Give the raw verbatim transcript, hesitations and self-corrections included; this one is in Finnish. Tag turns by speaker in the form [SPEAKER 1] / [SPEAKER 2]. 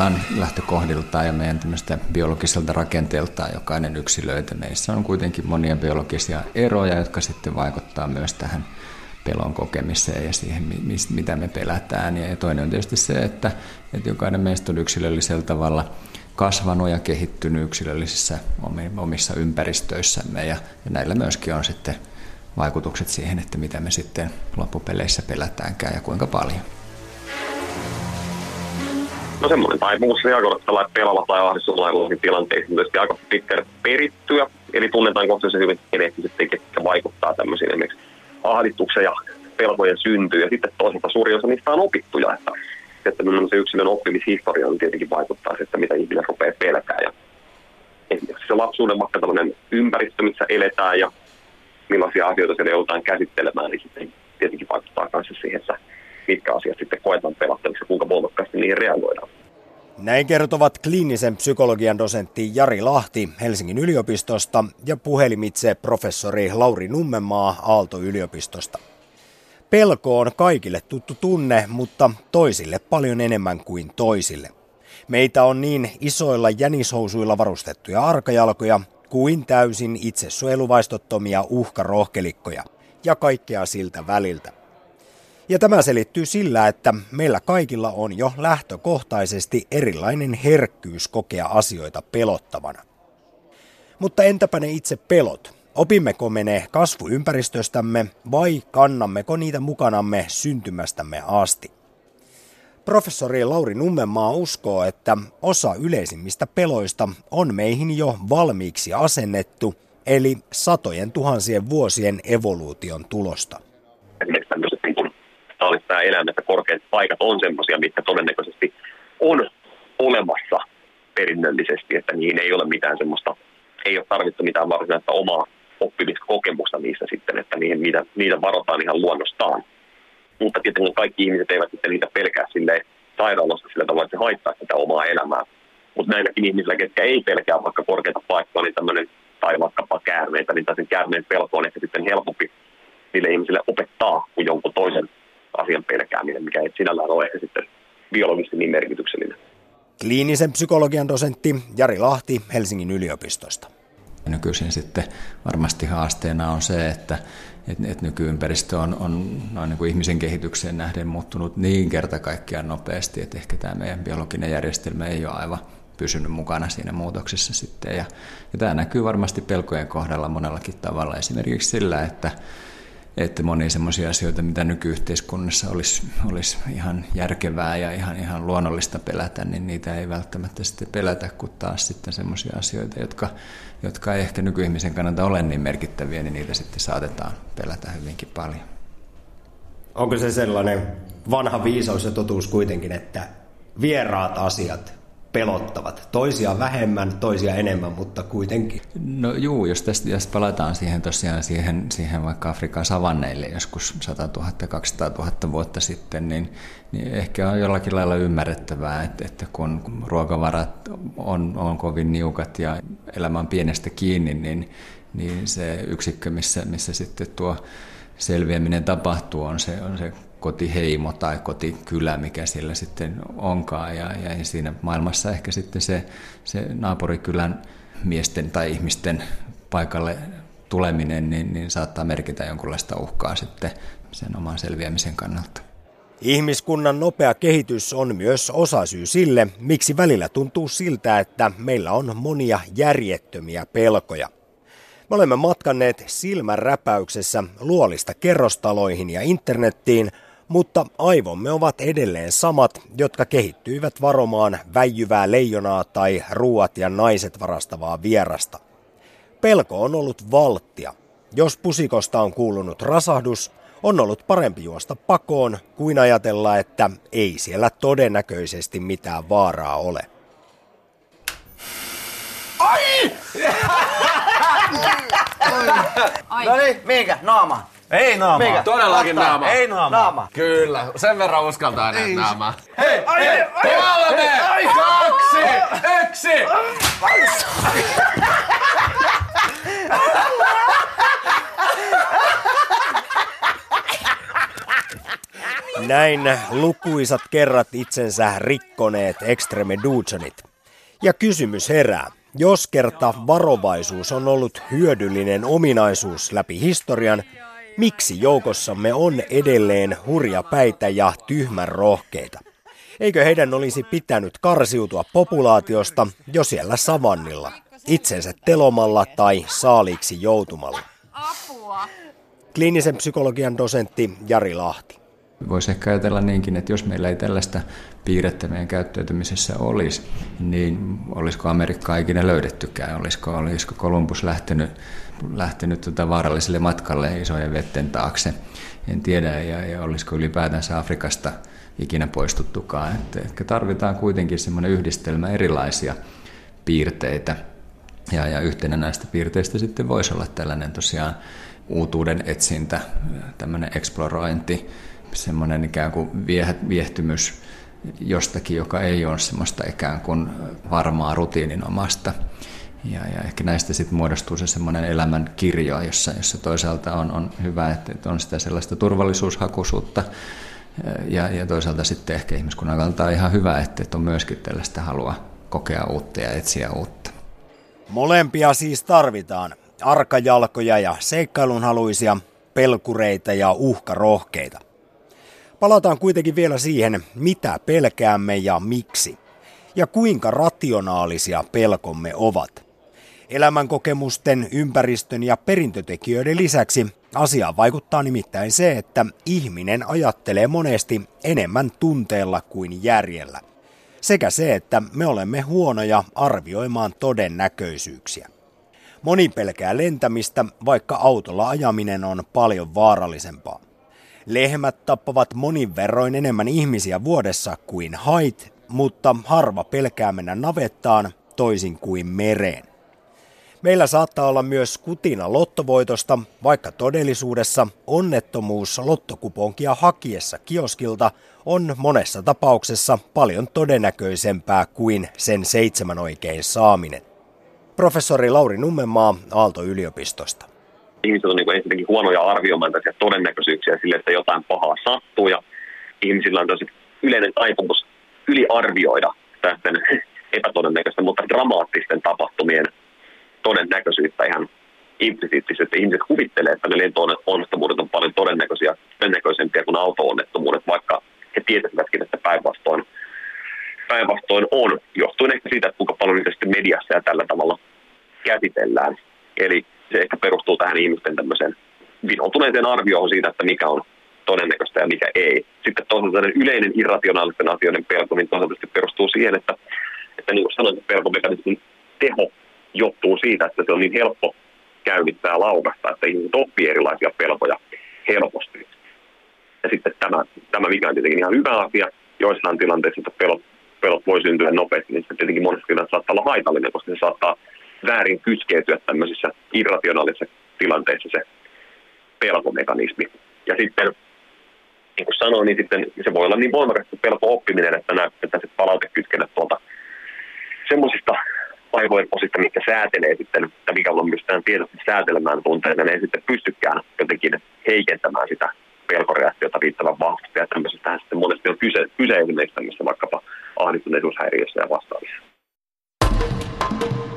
[SPEAKER 1] ihan lähtökohdiltaan ja meidän tämmöistä biologiselta rakenteeltaan jokainen yksilöitä. Meissä on kuitenkin monia biologisia eroja, jotka sitten vaikuttaa myös tähän pelon kokemiseen ja siihen, mitä me pelätään. Ja toinen on tietysti se, että, että jokainen meistä on yksilöllisellä tavalla kasvanut ja kehittynyt yksilöllisissä omissa ympäristöissämme ja, ja näillä myöskin on sitten vaikutukset siihen, että mitä me sitten loppupeleissä pelätäänkään ja kuinka paljon.
[SPEAKER 2] No semmoinen taipumus reagoida että pelalla tai ahdistuneilla tilanteissa on tietysti aika pitkään perittyä, eli tunnetaan kohtuullisen hyvin geneettiset tekijät, jotka vaikuttaa tämmöisiin esimerkiksi ahdistuksen ja pelkojen syntyyn, ja sitten toisaalta suuri osa niistä on opittuja, että, että se yksilön oppimishistoria on tietenkin vaikuttaa se, että mitä ihminen rupeaa pelkää. Ja esimerkiksi se lapsuuden vaikka tämmöinen ympäristö, missä eletään ja millaisia asioita siellä joudutaan käsittelemään, niin sitten tietenkin vaikuttaa myös siihen, että mitkä asiat sitten koetaan pelattaviksi ja kuinka voimakkaasti niihin reagoidaan.
[SPEAKER 3] Näin kertovat kliinisen psykologian dosentti Jari Lahti Helsingin yliopistosta ja puhelimitse professori Lauri Nummenmaa Aalto-yliopistosta. Pelko on kaikille tuttu tunne, mutta toisille paljon enemmän kuin toisille. Meitä on niin isoilla jänishousuilla varustettuja arkajalkoja kuin täysin itsesuojeluvaistottomia uhkarohkelikkoja ja kaikkea siltä väliltä. Ja tämä selittyy sillä, että meillä kaikilla on jo lähtökohtaisesti erilainen herkkyys kokea asioita pelottavana. Mutta entäpä ne itse pelot? Opimmeko me ne kasvuympäristöstämme vai kannammeko niitä mukanamme syntymästämme asti? Professori Lauri Nummenmaa uskoo, että osa yleisimmistä peloista on meihin jo valmiiksi asennettu, eli satojen tuhansien vuosien evoluution tulosta.
[SPEAKER 2] Esimerkiksi tämmöiset niin olisi tämä elämä, että korkeat paikat on semmoisia, mitkä todennäköisesti on olemassa perinnöllisesti, että niihin ei ole mitään semmoista, ei ole tarvittu mitään varsinaista omaa oppimiskokemusta niistä sitten, että niihin, niitä, niitä varotaan ihan luonnostaan. Mutta tietenkin kaikki ihmiset eivät sitten niitä pelkää silleen sairaalassa sillä tavalla, että se haittaa sitä omaa elämää. Mutta näilläkin ihmisillä, ketkä ei pelkää vaikka korkeita paikkoja, niin tämmöinen, tai vaikkapa käärmeitä, niin sen käärmeen pelko on ehkä sitten helpompi niille ihmisille opettaa kuin jonkun toisen asian pelkääminen, mikä ei sinällään ole ehkä sitten biologisesti niin merkityksellinen.
[SPEAKER 3] Kliinisen psykologian dosentti Jari Lahti Helsingin yliopistosta.
[SPEAKER 1] Nykyisin sitten varmasti haasteena on se, että, että, että nykyympäristö on, on noin niin kuin ihmisen kehitykseen nähden muuttunut niin kerta kaikkiaan nopeasti, että ehkä tämä meidän biologinen järjestelmä ei ole aivan pysynyt mukana siinä muutoksessa sitten. Ja, ja tämä näkyy varmasti pelkojen kohdalla monellakin tavalla, esimerkiksi sillä, että että monia semmoisia asioita, mitä nykyyhteiskunnassa olisi, olisi ihan järkevää ja ihan, ihan luonnollista pelätä, niin niitä ei välttämättä sitten pelätä, kun taas sitten semmoisia asioita, jotka, jotka ei ehkä nykyihmisen kannalta ole niin merkittäviä, niin niitä sitten saatetaan pelätä hyvinkin paljon.
[SPEAKER 3] Onko se sellainen vanha viisaus ja totuus kuitenkin, että vieraat asiat pelottavat? Toisia vähemmän, toisia enemmän, mutta kuitenkin.
[SPEAKER 1] No juu, jos tästä jos palataan siihen tosiaan siihen, siihen vaikka Afrikan savanneille joskus sata tuhatta kaksisataa tuhatta vuotta sitten, niin, niin ehkä on jollakin lailla ymmärrettävää, että, että kun ruokavarat on, on kovin niukat ja elämä on pienestä kiinni, niin, niin se yksikkö, missä, missä sitten tuo selviäminen tapahtuu, on se, on se kotiheimo tai kotikylä, mikä siellä sitten onkaan. Ja, ja siinä maailmassa ehkä sitten se, se naapurikylän miesten tai ihmisten paikalle tuleminen niin, niin saattaa merkitä jonkunlaista uhkaa sitten sen oman selviämisen kannalta.
[SPEAKER 3] Ihmiskunnan nopea kehitys on myös osasyy sille, miksi välillä tuntuu siltä, että meillä on monia järjettömiä pelkoja. Me olemme matkanneet silmänräpäyksessä luolista kerrostaloihin ja internettiin, mutta aivomme ovat edelleen samat, jotka kehittyivät varomaan väijyvää leijonaa tai ruuat ja naiset varastavaa vierasta. Pelko on ollut valttia. Jos pusikosta on kuulunut rasahdus, on ollut parempi juosta pakoon kuin ajatella, että ei siellä todennäköisesti mitään vaaraa ole.
[SPEAKER 4] Ai! Ai. No niin, minkä? Naama.
[SPEAKER 5] Ei naama.
[SPEAKER 4] Mikä?
[SPEAKER 5] Todellakin naama.
[SPEAKER 4] Ei naama. Naama.
[SPEAKER 5] Kyllä, sen verran uskaltaa näitä naamaa.
[SPEAKER 4] Hei,
[SPEAKER 5] ai, hei, kolme, ai, kaksi, ai, yksi.
[SPEAKER 3] Näin lukuisat kerrat itsensä rikkoneet Extreme Dudesonit. Ja kysymys herää. Jos kerta varovaisuus on ollut hyödyllinen ominaisuus läpi historian, miksi joukossamme on edelleen hurjapäitä ja tyhmän rohkeita? Eikö heidän olisi pitänyt karsiutua populaatiosta jo siellä savannilla, itsensä telomalla tai saaliiksi joutumalla?
[SPEAKER 6] Apua.
[SPEAKER 3] Kliinisen psykologian dosentti Jari Lahti.
[SPEAKER 1] Voisi ehkä ajatella niinkin, että jos meillä ei tällaista piirrettä meidän käyttäytymisessä olisi, niin olisiko Amerikkaa ikinä löydettykään? Olisiko, olisiko Columbus lähtenyt, lähtenyt tuota vaaralliselle matkalle isojen vetten taakse? En tiedä, ja, ja olisiko ylipäätänsä Afrikasta ikinä poistuttukaan. Että ehkä tarvitaan kuitenkin semmoinen yhdistelmä erilaisia piirteitä, ja, ja yhtenä näistä piirteistä sitten voisi olla tällainen tosiaan uutuuden etsintä, tämmöinen eksplorointi, semmoinen ikään kuin viehtymys jostakin, joka ei ole semmoista ikään kuin varmaa rutiininomasta. Ja, ja ehkä näistä sitten muodostuu se semmoinen elämän kirjo, jossa, jossa toisaalta on, on hyvä, että on sitä sellaista turvallisuushakuisuutta, ja, ja toisaalta sitten ehkä ihmiskunnan kannalta on ihan hyvä, että on myöskin tällaista halua kokea uutta ja etsiä uutta.
[SPEAKER 3] Molempia siis tarvitaan. Arkajalkoja ja seikkailunhaluisia, pelkureita ja uhkarohkeita. Palataan kuitenkin vielä siihen, mitä pelkäämme ja miksi. Ja kuinka rationaalisia pelkomme ovat. Elämänkokemusten, ympäristön ja perintötekijöiden lisäksi asiaan vaikuttaa nimittäin se, että ihminen ajattelee monesti enemmän tunteella kuin järjellä. Sekä se, että me olemme huonoja arvioimaan todennäköisyyksiä. Moni pelkää lentämistä, vaikka autolla ajaminen on paljon vaarallisempaa. Lehmät tappavat monin verroin enemmän ihmisiä vuodessa kuin hait, mutta harva pelkää mennä navettaan toisin kuin mereen. Meillä saattaa olla myös kutina lottovoitosta, vaikka todellisuudessa onnettomuus lottokuponkia hakiessa kioskilta on monessa tapauksessa paljon todennäköisempää kuin sen seitsemän oikein saaminen. Professori Lauri Nummenmaa Aalto-yliopistosta.
[SPEAKER 2] Ihmiset on niin ensinnäkin huonoja arvioimaan tällaisia todennäköisyyksiä sille, että jotain pahaa sattuu, ja ihmisillä on tosi yleinen taipumus yliarvioida tästä epätodennäköistä, mutta dramaattisten tapahtumien todennäköisyyttä ihan implisiittisesti. Ihmiset kuvittelee, että ne lento-onnettomuudet on paljon todennäköisiä, todennäköisempiä kuin auto-onnettomuudet, vaikka he tietäisivätkin, että päinvastoin, päinvastoin on. Johtuen ehkä siitä, että kuinka paljon niitä sitten mediassa ja tällä tavalla käsitellään. Eli se ehkä perustuu tähän ihmisten tämmöiseen vinoutuneeseen arvioon siitä, että mikä on todennäköistä ja mikä ei. Sitten toisaalta yleinen irrationaalisten asioiden pelko, niin toisaalta perustuu siihen, että, että niin kuin sanoin, että pelkomekanismin teho johtuu siitä, että se on niin helppo käynnittää laukasta, että ihmiset oppii erilaisia pelkoja helposti. Ja sitten tämä, tämä mikä on tietenkin ihan hyvä asia, joissain tilanteissa, että pelot, pelot voi syntyä nopeasti, niin se tietenkin monessa tilanteessa saattaa olla haitallinen, koska se saattaa väärin kyskeytyä tämmöisissä irrationaalisissa tilanteissa se pelkomekanismi. Ja sitten, niin kuin sanoin, niin sitten se voi olla niin voimakas pelko-oppiminen, että näyttää se palautekytkennät tuolta semmoisista aivojen osista, mitkä säätelee sitten, että mikä on pystytään tietoisesti säätelemään tunteita, ne ei sitten pystykään jotenkin heikentämään sitä pelkoreaktiota riittävän vahvasti. Ja tämmöisestähän sitten monesti on kyse, kyse esimerkiksi tämmöisessä vaikkapa ahdistuneisuushäiriössä ja vastaavissa.